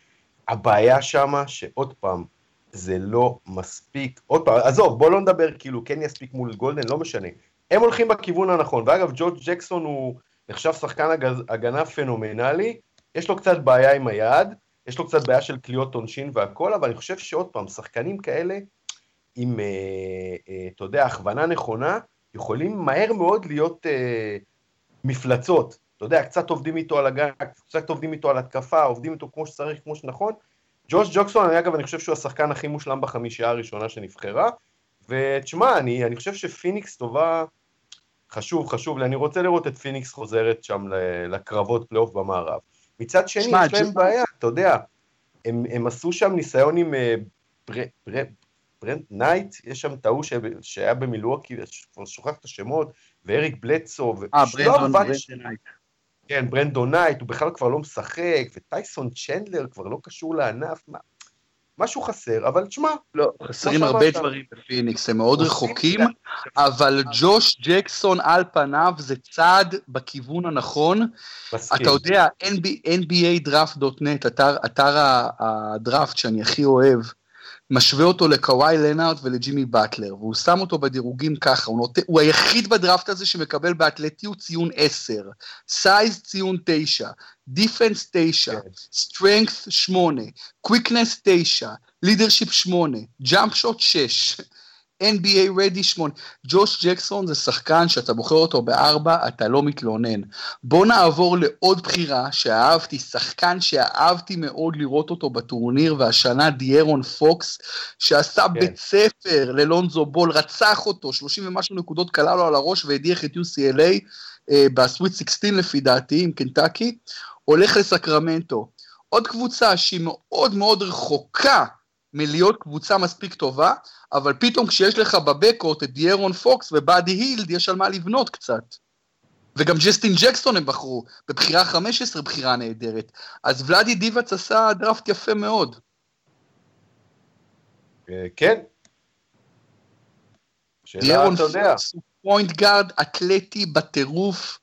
הבעיה שמה, שעוד פעם, זה לא מספיק, עוד פעם, עזוב, בוא לא נדבר, כאילו, כן יספיק מול גולדן, לא משנה, הם הולכים בכיוון הנכון, ואגב, ג'ורג' ג'קסון הוא נחשב שחקן הגנה פנומנלי, יש לו קצת בעיה עם היד, יש לו קצת בעיה של קליעות עונשין והכל, אבל אני חושב שעוד פעם, שחקנים כאלה, עם, אה, אה, אתה יודע, הכוונה נכונה, יכולים מהר מאוד להיות אה, מפלצות, אתה יודע, קצת עובדים איתו על הגן, קצת עובדים איתו על התקפה, עובדים איתו כמו שצריך, כמו שנכון, ג'וש ג'וקסון, אני אגב, אני חושב שהוא השחקן הכי מושלם בחמישייה הראשונה שנבחרה, ותשמע, אני, אני חושב שפיניקס טובה, חשוב, חשוב, אני רוצה לראות את פיניקס חוזרת שם לקרבות פלייאוף במערב. מצד שני, שמה, יש להם ג'ו... בעיה, אתה יודע, הם, הם עשו שם ניסיון עם בר, בר, ברנד נייט, יש שם טעו ש... שהיה במילואוקי, שוכח את השמות, ואריק בלדסו, אה, ברנדון, ברנדון נייט. כן, ברנדון נייט, הוא בכלל כבר לא משחק, וטייסון צ'נדלר כבר לא קשור לענף, מה... משהו חסר, אבל תשמע, לא, חסרים הרבה דברים בפיניקס, הם מאוד רחוקים, אבל ג'וש ג'קסון על פניו זה צעד בכיוון הנכון, אתה יודע, אן בי איי דראפט דוט נט, אתר הדראפט שאני הכי אוהב, משווה אותו לקוואי לנארד ולג'ימי באטלר, והוא שם אותו בדירוגים ככה, הוא, נות... הוא היחיד בדראפט הזה שמקבל באתלטיות ציון עשר, סייז ציון תשע, דיפנס תשע, סטרנגת' שמונה, קוויקנס תשע, לידרשיפ שמונה, ג'אמפ שוט שש, אן בי איי רדי שמונה, ג'וש ג'קסון זה שחקן שאתה בוחר אותו בארבע, אתה לא מתלונן. בוא נעבור לעוד בחירה שאהבתי, שחקן שאהבתי מאוד לראות אותו בטורניר, והשנה דיירון פוקס, שעשה כן. בית ספר ללונזו בול, רצח אותו, שלושים ומשהו נקודות קלה לו על הראש, והדיח את יו סי אל איי אה, בסוויט שש עשרה לפי דעתי, עם קנטקי, הולך לסקרמנטו. עוד קבוצה שהיא מאוד מאוד רחוקה, מלהיות קבוצה מספיק טובה, אבל פתאום כשיש לך בבקורט את דיירון פוקס ובאדי הילד, יש על מה לבנות קצת. וגם ג'סטין ג'קסטון הם בחרו, בבחירה חמש עשרה בחירה נהדרת. אז ולאדי דיבאץ עשה דראפט יפה מאוד. כן. דיירון פוקס הוא פוינט גארד אתלטי בטירוף,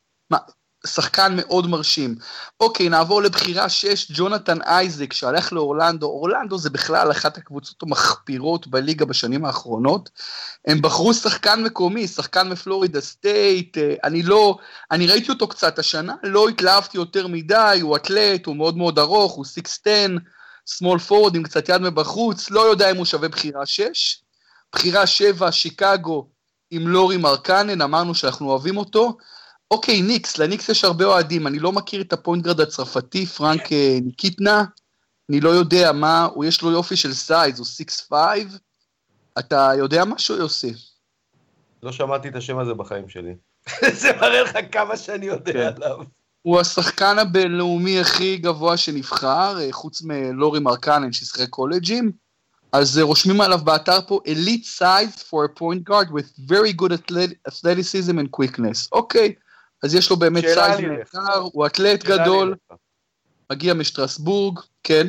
שחקן מאוד מרשים. אוקיי, נעבור לבחירה שש, ג'ונתן אייזק, שהלך לאורלנדו. אורלנדו זה בכלל אחת הקבוצות המחפירות בליגה בשנים האחרונות. הם בחרו שחקן מקומי, שחקן מפלורידה סטייט, אני לא, אני ראיתי אותו קצת השנה, לא התלהבתי יותר מדי, הוא אתלט, הוא מאוד מאוד ארוך, הוא שש עשרה, small forward עם קצת יד מבחוץ, לא יודע אם הוא שווה בחירה שש. בחירה שבע, שיקגו, עם לורי מרקנן, אמרנו שאנחנו אוהבים אותו. אוקיי, ניקס, לניקס יש הרבה אוהדים, אני לא מכיר את הפוינטגרד הצרפתי, פרנק ניקיטנה, אני לא יודע מה, הוא יש לו יופי של סייז, הוא שש חמש, אתה יודע משהו יוסי? לא שמעתי את השם הזה בחיים שלי, זה מראה לך כמה שאני יודע עליו. הוא השחקן הבינלאומי הכי גבוה שנבחר, חוץ מלורי מרקנן ששחק קולג'ים, אז רושמים עליו באתר פה, elite size for a point guard with very good athleticism and quickness, אוקיי. אז יש לו באמת סייז נהדר, הוא אתלט גדול, מגיע משטרסבורג, כן.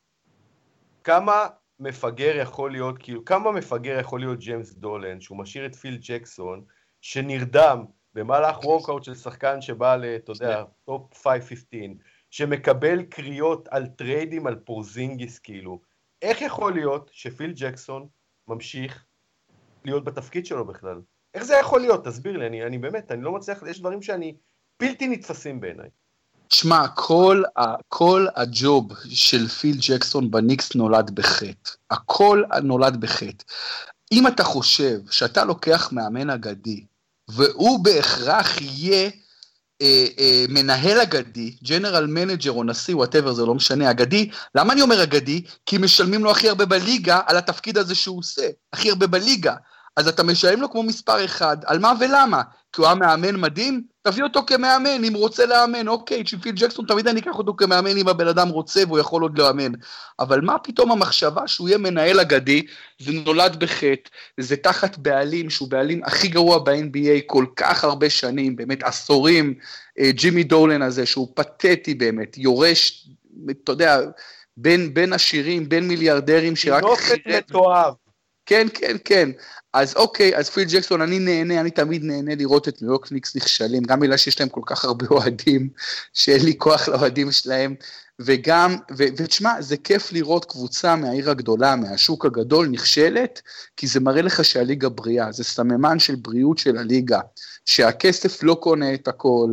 כמה מפגר יכול להיות, כאילו, כמה מפגר יכול להיות ג'יימס דולן, שהוא משאיר את פיל ג'קסון, שנרדם במהלך וורקאוט של שחקן שבא, אתה יודע, טופ חמש חמש עשרה, שמקבל קריאות על טריידים, על פורזינגיס, כאילו. איך יכול להיות שפיל ג'קסון ממשיך להיות בתפקיד שלו בכלל? איך זה יכול להיות? תסביר לי, אני, אני באמת, אני לא מצליח, יש דברים שאני בלתי נתפסים בעיניי. תשמע, כל, כל הג'וב של פיל ג'קסון בניקס נולד בחטא. הכל נולד בחטא. אם אתה חושב שאתה לוקח מאמן אגדי, והוא בהכרח יהיה אה, אה, מנהל אגדי, ג'נרל מנג'ר או נשיא, whatever, זה לא משנה, אגדי, למה אני אומר אגדי? כי משלמים לו הכי הרבה בליגה על התפקיד הזה שהוא עושה, הכי הרבה בליגה. אז אתה משלם לו כמו מספר אחד, על מה ולמה? כי הוא היה מאמן מדהים, תביא אותו כמאמן, אם רוצה לאמן, אוקיי, פיל ג'קסון תמיד אני אקח אותו כמאמן, אם הבן אדם רוצה והוא יכול עוד לאמן, אבל מה פתאום המחשבה שהוא יהיה מנהל אגדי, זה נולד בחטא, זה תחת בעלים, שהוא בעלים הכי גרוע ב-אן בי איי כל כך הרבה שנים, באמת עשורים, ג'ימי דולן הזה, שהוא פתטי באמת, יורש, אתה יודע, בין, בין עשירים, בין מיליארדרים, שרק נופת מתואב. כן, כן, כן. אז אוקיי, אז פיל ג'קסון, אני נהנה, אני תמיד נהנה לראות את ניו יורק ניקס נכשלים, גם בגלל שיש להם כל כך הרבה אוהדים, שאין לי כוח לאוהדים שלהם, וגם, ותשמע, זה כיף לראות קבוצה מהעיר הגדולה, מהשוק הגדול, נכשלת, כי זה מראה לך שהליגה בריאה, זה סממן של בריאות של הליגה, שהכסף לא קונה את הכל,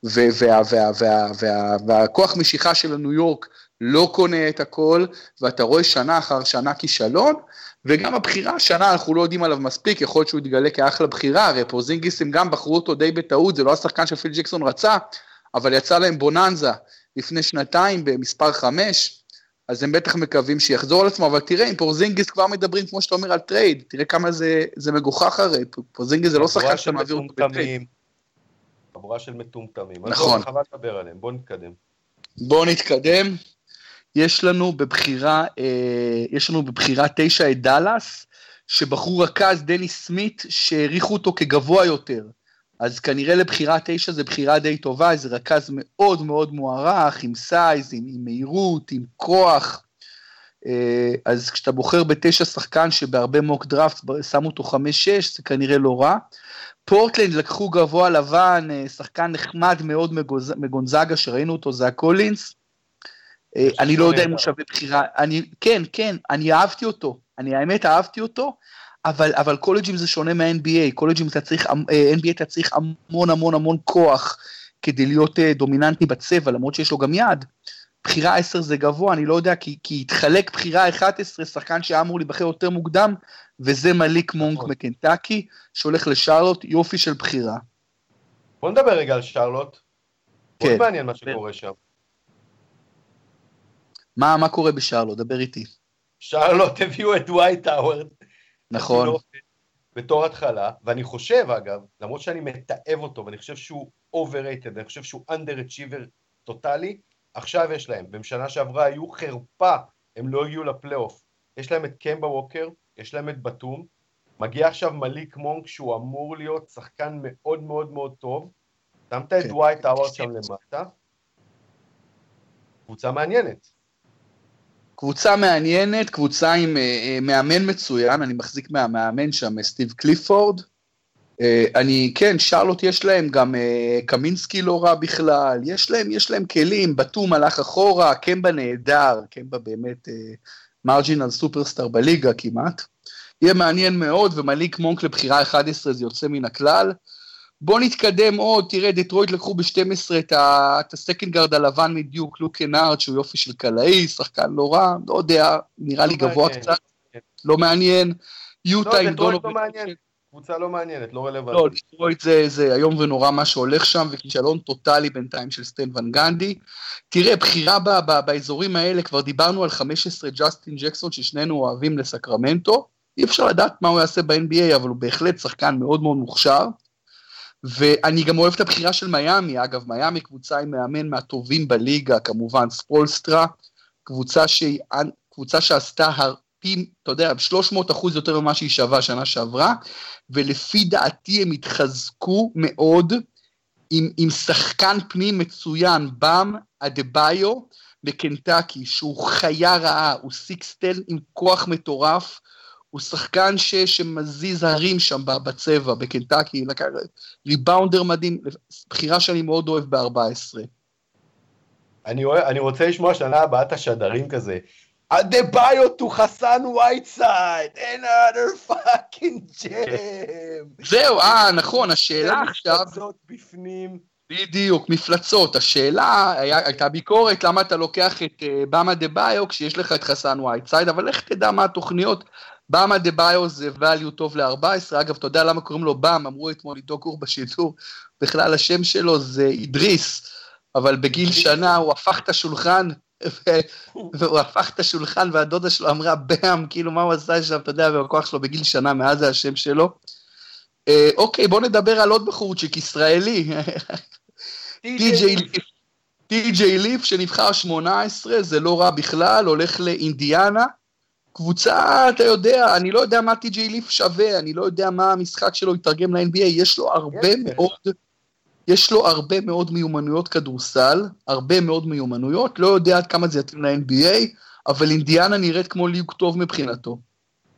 והכוח משיכה של ניו יורק לא קונה את הכל, ואתה רואה שנה אחר שנה כישלון, וגם הבחירה השנה, אנחנו לא יודעים עליו מספיק, יכול להיות שהוא יתגלה כאחלה בחירה, הרי פורזינגיס הם גם בחרו אותו די בטעות, זה לא השחקן שפיל ג'קסון רצה, אבל יצא להם בוננזה לפני שנתיים במספר חמש, אז הם בטח מקווים שיחזור על עצמו, אבל תראה, עם פורזינגיס כבר מדברים, כמו שאתה אומר, על טרייד, תראה כמה זה, זה מגוחך הרי, פורזינגיס זה לא שחקן שאתה מעביר אותו בטרייד. חבורה של מטומטמים. נכון. חבל לדבר עליהם, בואו נתקדם. בואו נתקדם. יש לנו בבחירה, אה, יש לנו בבחירה תשע את דלס, שבחרו רכז דני סמית, שהעריכו אותו כגבוה יותר, אז כנראה לבחירה תשע זה בחירה די טובה, זה רכז מאוד מאוד מוערך, עם סייז, עם, עם מהירות, עם כוח, אה, אז כשאתה בוחר בתשע שחקן, שבהרבה מוק דראפט שמו אותו חמש שש, זה כנראה לא רע, פורטלנד לקחו גבוה לבן, שחקן נחמד מאוד מגונזגה, שראינו אותו, זה הקולינס, אני לא יודע אם הוא שווה בחירה, אני, כן, כן, אני אהבתי אותו, אני האמת אהבתי אותו, אבל, אבל קולג'ים זה שונה מה-אן בי איי, קולג'ים אתה צריך, אן בי איי אתה צריך המון המון המון כוח, כדי להיות דומיננטי בצבע, למרות שיש לו גם יד, בחירה עשר זה גבוה, אני לא יודע, כי, כי התחלק בחירה אחת עשרה, שחקן שאמור להיבחר יותר מוקדם, וזה מליק מונק מקנטקי, שהולך לשרלוט, יופי של בחירה. בוא נדבר רגע על שרלוט, כן. מאוד מעניין מה שקורה שם. מה, מה קורה בשרלוט? דבר איתי. שרלוט הביאו את דווייט האוורד. נכון. בתור התחלה, ואני חושב אגב, למרות שאני מתאהב אותו, ואני חושב שהוא overrated, אני חושב שהוא underachiever טוטלי, עכשיו יש להם, במשנה שעברה היו חרפה, הם לא הגיעו לפלייאוף. יש להם את קמבה ווקר, יש להם את בטום, מגיע עכשיו מליק מונק, שהוא אמור להיות שחקן מאוד מאוד מאוד טוב, שמת את דווייט האוורד שם למטה, קבוצה מעניינת. קבוצה מעניינת, קבוצה עם uh, מאמן מצוין, אני מחזיק מהמאמן שם, סטיב קליפורד, uh, אני, כן, שרלוט יש להם גם uh, קמינסקי לא רע בכלל, יש להם, יש להם כלים, בטום הלך אחורה, קמבה נהדר, קמבה באמת מרג'ינל uh, סופרסטאר בליגה כמעט, יהיה מעניין מאוד, ומליק מונק לבחירה אחת עשרה זה יוצא מן הכלל, בוא נתקדם עוד, תראה, דטרויט לקחו ב-שתים עשרה את הסקנד-גארד הלבן מדיוק, לוק קנארד, שהוא יופי של קלעי, שחקן לא רע, לא יודע, נראה לי גבוה קצת, לא מעניין, יוטה עם דונובל. קבוצה לא מעניינת, לא רלוונטית. לא, דטרויט זה היום ונורא מה שהולך שם, וכישלון טוטלי בינתיים של סטן ון גנדי. תראה, בחירה באזורים האלה, כבר דיברנו על חמש עשרה ג'סטין ג'קסון, ששנינו אוהבים לסקרמנטו, אי אפשר לדעת מה הוא יעשה ב-אן בי איי, אבל הוא בהחלט שחקן מאוד מאוד מוכשר. ואני גם אוהב את הבחירה של מיאמי, אגב, מיאמי קבוצה עם מאמן מהטובים בליגה, כמובן ספולסטרה, קבוצה, שהיא, קבוצה שעשתה הרפים, אתה יודע, שלוש מאות אחוז יותר ממה שהיא שווה שנה שעברה, ולפי דעתי הם התחזקו מאוד, עם, עם שחקן פנים מצוין, בם אדבאיו, בקנטקי, שהוא חיה רעה, הוא סיקסטל עם כוח מטורף, הוא שחקן ש, שמזיז הרים שם בצבע, בקנטקי, ריבאונדר מדהים, בחירה שאני מאוד אוהב ב-ארבע עשרה. אני, אוהב, אני רוצה לשמוע שנה הבאה את השדרים כזה, אדבאיו to חסן ווייטסייד, another fucking jam. זהו, אה, נכון, השאלה עכשיו... מפלצות בפנים. בדיוק, מפלצות. השאלה, היה, הייתה ביקורת, למה אתה לוקח את uh, במה אדבאיו, כשיש לך את חסן ווייטסייד, אבל איך תדע מה התוכניות... במה אדבאיו זה value טוב ל-ארבע עשרה, אגב, אתה יודע למה קוראים לו בם, אמרו אתמול איתו קור בשידור, בכלל השם שלו זה אידריס, אבל בגיל שנה הוא הפך את השולחן, והוא הפך את השולחן, והדודה שלו אמרה בם, כאילו מה הוא עשה שם, אתה יודע, והכוח שלו בגיל שנה, מאז זה השם שלו. אוקיי, בוא נדבר על עוד בחורצ'יק ישראלי, טי.ג'יי ליף, שנבחר שמונה עשרה, זה לא רע בכלל, הולך לאינדיאנה, קבוצה, אתה יודע, אני לא יודע מה טי.ג'יי ליף שווה, אני לא יודע מה המשחק שלו יתרגם ל-אן בי איי, יש לו הרבה מאוד, יש לו הרבה מאוד מיומנויות כדורסל, הרבה מאוד מיומנויות, לא יודע עד כמה זה יתאים ל-אן בי איי, אבל אינדיאנה נראית כמו ליג טוב מבחינתו.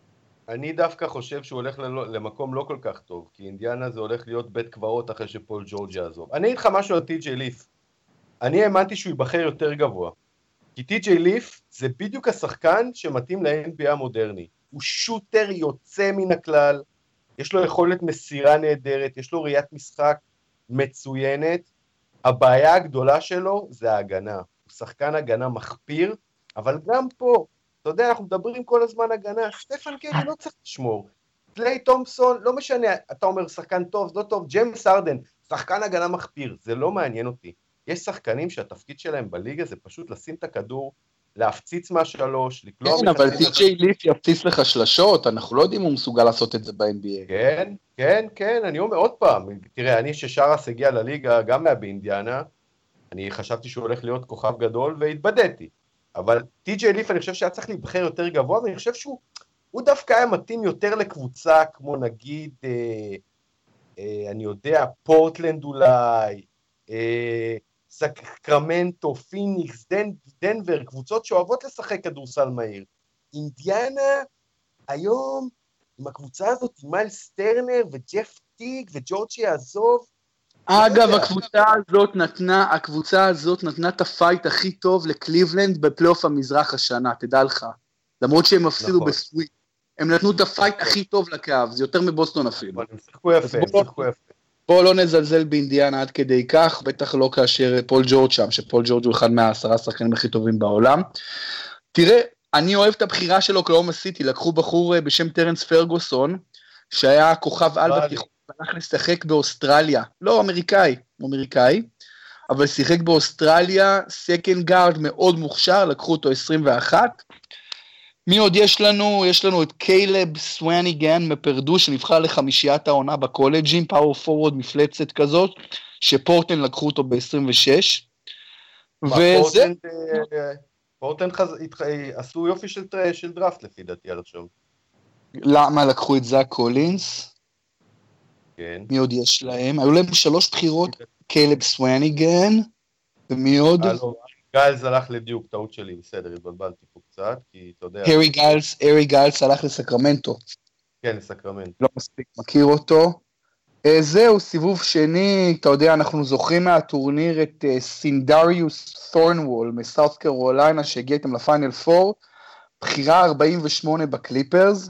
אני דווקא חושב שהוא הולך למקום לא כל כך טוב, כי אינדיאנה זה הולך להיות בית קברות אחרי שפול ג'ורג' יעזוב. אני אגיד לך משהו על טי.ג'יי ליף. אני האמנתי שהוא ייבחר יותר גבוה. כי טי.ג'יי ליף זה בדיוק השחקן שמתאים ל-אן בי איי המודרני. הוא שוטר יוצא מן הכלל, יש לו יכולת מסירה נהדרת, יש לו ראיית משחק מצוינת. הבעיה הגדולה שלו זה ההגנה. הוא שחקן הגנה מחפיר, אבל גם פה, אתה יודע, אנחנו מדברים כל הזמן הגנה, סטפן קרי לא צריך לשמור. קליי תומפסון, לא משנה, אתה אומר שחקן טוב, לא טוב, ג'יימס ארדן, שחקן הגנה מחפיר, זה לא מעניין אותי. יש שחקנים שהתפקיד שלהם בליגה זה פשוט לשים את הכדור, להפציץ מהשלוש, לקלוע... כן, אבל טי.ג'יי ליף יפציץ לך שלשות, אנחנו לא יודעים אם הוא מסוגל לעשות את זה ב-אן בי איי. כן, כן, כן, אני אומר עוד פעם, תראה, אני ששרס הגיע לליגה, גם מה באינדיאנה, אני חשבתי שהוא הולך להיות כוכב גדול, והתבדתי. אבל טי.ג'יי ליף, אני חושב שהיה צריך להיבחר יותר גבוה, ואני חושב שהוא הוא דווקא היה מתאים יותר לקבוצה, כמו נגיד, אה, אה, אני יודע, פורטלנד אולי, אה, סקרמנטו, פיניקס, דנ, דנבר, קבוצות שאוהבות לשחק כדורסל מהיר. אינדיאנה, היום, עם הקבוצה הזאת, עם מיילס טרנר וג'ף טיג וג'ורג'י יעזוב, אגב, הקבוצה הזאת נתנה, הקבוצה הזאת נתנה את הפייט הכי טוב לקליבלנד בפלייאוף המזרח השנה, תדע לך. למרות שהם הפסידו בסוויט. הם נתנו את הפייט הכי טוב לקו, זה יותר מבוסטון אפילו. הם שיחקו יפה, הם שיחקו יפה. בואו לא נזלזל באינדיאנה עד כדי כך, בטח לא כאשר פול ג'ורג' שם, שפול ג'ורג' הוא אחד מהעשרה שחקנים הכי טובים בעולם. תראה, אני אוהב את הבחירה שלו קלאומה סיטי, לקחו בחור בשם טרנס פרגוסון, שהיה כוכב על בתיכון, הלך לשחק באוסטרליה, לא אמריקאי, אמריקאי, אבל שיחק באוסטרליה, סקנד גארד מאוד מוכשר, לקחו אותו עשרים ואחת, מי עוד יש לנו? יש לנו את קיילב סווניגן מפרדו, שנבחר לחמישיית העונה בקולג'ים, פאוור פורוורד מפלצת כזאת, שפורטלנד לקחו אותו ב-עשרים ושש. וזה... פורטלנד עשו יופי של דראפט לפי דעתי עד עכשיו. למה לקחו את זאק קולינס? כן. מי עוד יש להם? היו להם שלוש בחירות, קיילב סווניגן, ומי עוד? גיילס הלך לדיוק, טעות שלי, בסדר, התבלבלתי פה קצת, כי אתה יודע... הרי גיילס, הרי גיילס הלך לסקרמנטו. כן, לסקרמנטו. לא מספיק מכיר אותו. זהו, סיבוב שני, אתה יודע, אנחנו זוכרים מהטורניר את סינדריוס תורנוול, מסאות' קרוליינה, שהגיע איתם לפיינל פור, בחירה ארבעים ושמונה בקליפרס.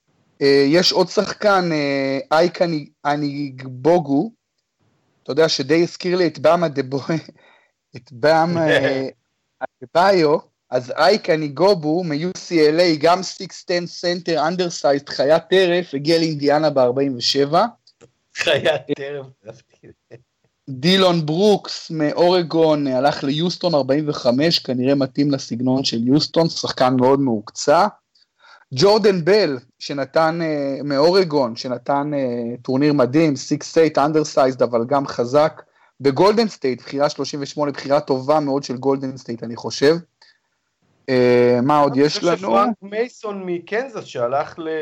יש עוד שחקן, אייק אניגבוגו, אתה יודע, שדי הזכיר לי את באמה דבוי, את באמה דביו, אז אייק אניגובו מ-יו סי אל איי, גם שש עשרה סנטר אנדרסייזד, חיית טרף, הגיע לאינדיאנה ב-ארבעים ושבע. חיית טרף. דילון ברוקס מאורגון, הלך ליוסטון ארבעים וחמש, כנראה מתאים לסגנון של יוסטון, שחקן מאוד מעוקצה. ג'ורדן בל, שנתן uh, מאורגון, שנתן uh, טורניר מדהים, שש עשרה אנדרסייזד, אבל גם חזק, בגולדן סטייט, בחירה שלושים ושמונה, בחירה טובה מאוד של גולדן סטייט, אני חושב. Uh, מה עוד יש לנו? פרנק מייסון מקנזס, שהלך ל...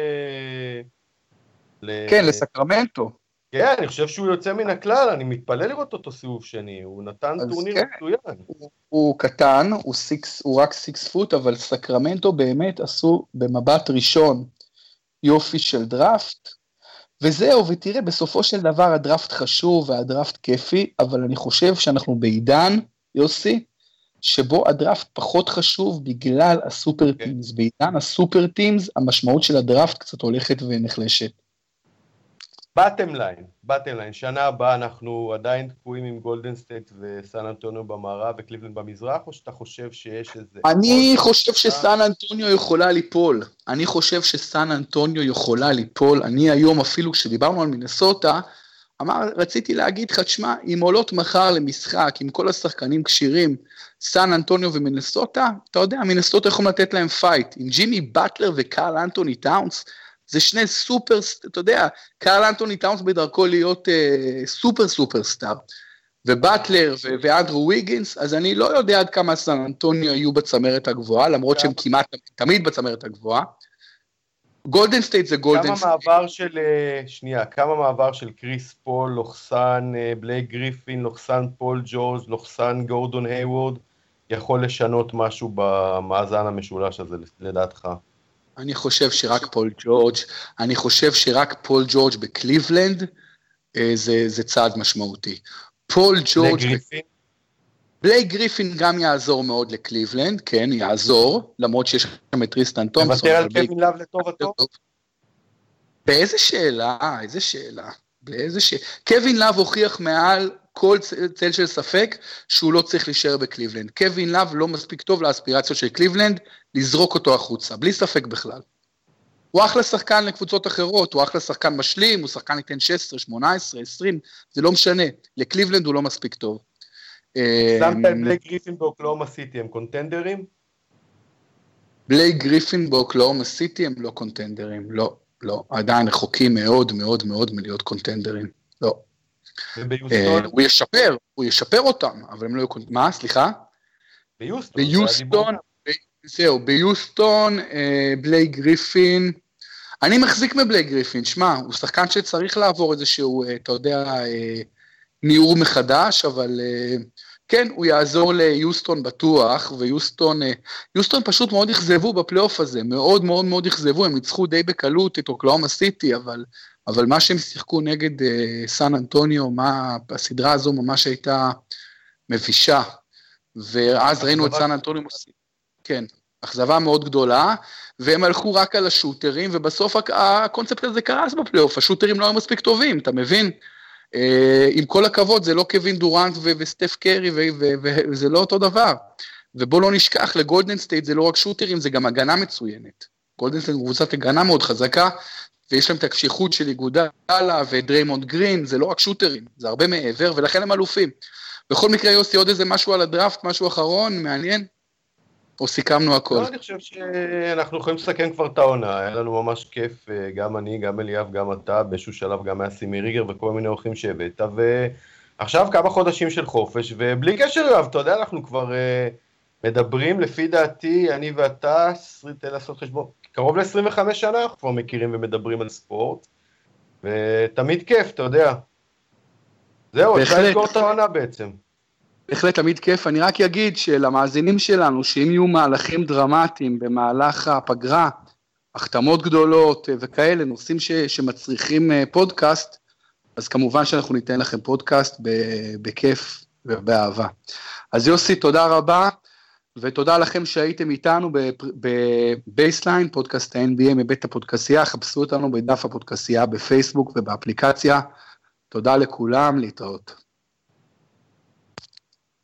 כן, לסקרמנטו. כן, אני חושב שהוא יוצא מן הכלל, אני מתפלא לראות אותו סיבוב שני, הוא נתן טורניר כן. מצוין. הוא, הוא קטן, הוא, סיקס, הוא רק סיקס פוט, אבל סקרמנטו באמת עשו במבט ראשון יופי של דראפט, וזהו, ותראה, בסופו של דבר הדראפט חשוב והדראפט כיפי, אבל אני חושב שאנחנו בעידן, יוסי, שבו הדראפט פחות חשוב בגלל הסופר okay. טימס, בעידן הסופר טימס המשמעות של הדראפט קצת הולכת ונחלשת. בטם ליין, בטם ליין, שנה הבאה אנחנו עדיין תקועים עם גולדן סטייט וסן אנטוניו במערב וקליבלנד במזרח, או שאתה חושב שיש איזה... אני חושב שסן אנטוניו יכולה ליפול, אני חושב שסן אנטוניו יכולה ליפול, אני היום אפילו כשדיברנו על מינסוטה, אמר, רציתי להגיד לך, תשמע, אם עולות מחר למשחק, עם כל השחקנים קשירים, סן אנטוניו ומינסוטה, אתה יודע, מינסוטה יכולים לתת להם פייט, עם ג'ימי באטלר וקרל אנטוני טאונס, זה שני סופר, אתה יודע, קרל אנטוני טאונס בדרכו להיות אה, סופר סופר סטאר, ובטלר ו- ואנדרו ויגינס, אז אני לא יודע עד כמה סן אנטוניו יהיו בצמרת הגבוהה, למרות שהם כמעט תמיד בצמרת הגבוהה. גולדן סטייט זה גולדן סטייט. כמה מעבר של, שנייה, כמה מעבר של קריס פול, לוחסן בלייק גריפין, לוחסן פול ג'ורג', לוחסן גורדון היוורד, יכול לשנות משהו במאזן המשולש הזה, לדעתך? אני חושב שרק פול ג'ורג', אני חושב שרק פול ג'ורג' בקליבלנד, זה, זה צעד משמעותי. פול ג'ורג'... בלייק גריפין גם יעזור מאוד לקליבלנד, כן, יעזור, למרות שיש שם את טריסטן תומפסון. מוותר על קווין לאב לטוב הטוב? באיזה שאלה, איזה שאלה, באיזה שאלה. קווין לאב הוכיח מעל כל צל של ספק, שהוא לא צריך להישאר בקליבלנד. קווין לאב לא מספיק טוב לאספירציות של קליבלנד, לזרוק אותו החוצה, בלי ספק בכלל. הוא אחלה שחקן לקבוצות אחרות, הוא אחלה שחקן משלים, הוא שחקן ניתן שש עשרה, שמונה עשרה, עשרים, זה לא משנה. לקליבלנד הוא לא מספיק טוב. שמת את בלייק גריפין באוקלאומה סיטי, הם קונטנדרים? בלייק גריפין באוקלאומה סיטי הם לא קונטנדרים, לא, לא, עדיין רחוקים מאוד מאוד מאוד מלהיות קונטנדרים, לא. וביוסטון? הוא ישפר, הוא ישפר אותם, אבל הם לא יהיו קונטנדרים, מה, סליחה? ביוסטון, ביוסטון, זהו, ביוסטון, בלייק גריפין, אני מחזיק מבלייק גריפין, שמה, הוא שחקן שצריך לעבור איזשהו, אתה יודע, ניעור מחדש, אבל כן, הוא יעזור ליוסטון בטוח, ויוסטון, יוסטון פשוט מאוד יחזבו בפלייאוף הזה, מאוד מאוד מאוד יחזבו, הם ניצחו די בקלות את אוקלאומה סיטי, אבל, אבל מה שהם שיחקו נגד סן אנטוניו, מה, הסדרה הזו ממש הייתה מבישה, ואז ראינו את סן אנטוניו, כן, אכזבה מאוד גדולה, והם הלכו רק על השוטרים, ובסוף הקונספט הזה קרס בפלייאוף, השוטרים לא היו מספיק טובים, אתה מבין? עם כל הכבוד, זה לא קווין דורנט וסטף קרי, וזה לא אותו דבר. ובוא לא נשכח, לגולדן סטייט זה לא רק שוטרים, זה גם הגנה מצוינת. גולדן סטייט קבוצת הגנה מאוד חזקה, ויש להם את הקשיחות של איגודלה ודריימונד גרין, זה לא רק שוטרים, זה הרבה מעבר, ולכן הם אלופים. בכל מקרה, יוסי, עוד איזה משהו על הדראפט, משהו אחרון, מעניין? או סיכמנו הכל? לא, אני חושב שאנחנו יכולים לסכם כבר את העונה, היה לנו ממש כיף, גם אני, גם אליאב, גם אתה, באיזשהו שלב גם היה סימי ריגר וכל מיני אורחים שהבאת, ועכשיו כמה חודשים של חופש, ובלי קשר אליו, אתה יודע, אנחנו כבר מדברים, לפי דעתי, אני ואתה, תן לעשות חשבון, קרוב ל-עשרים וחמש שנה, אנחנו כבר מכירים ומדברים על ספורט, ותמיד כיף, אתה יודע. זהו, אפשר לסגור את העונה בעצם. בהחלט תמיד כיף, אני רק אגיד שלמאזינים שלנו, שאם יהיו מהלכים דרמטיים במהלך הפגרה, החתמות גדולות וכאלה, נושאים ש, שמצריכים פודקאסט, אז כמובן שאנחנו ניתן לכם פודקאסט בכיף ובאהבה. אז יוסי, תודה רבה, ותודה לכם שהייתם איתנו בבייסליין, פודקאסט ה-אן בי איי מבית הפודקאסייה, חפשו אותנו בדף הפודקאסייה בפייסבוק ובאפליקציה, תודה לכולם, להתראות.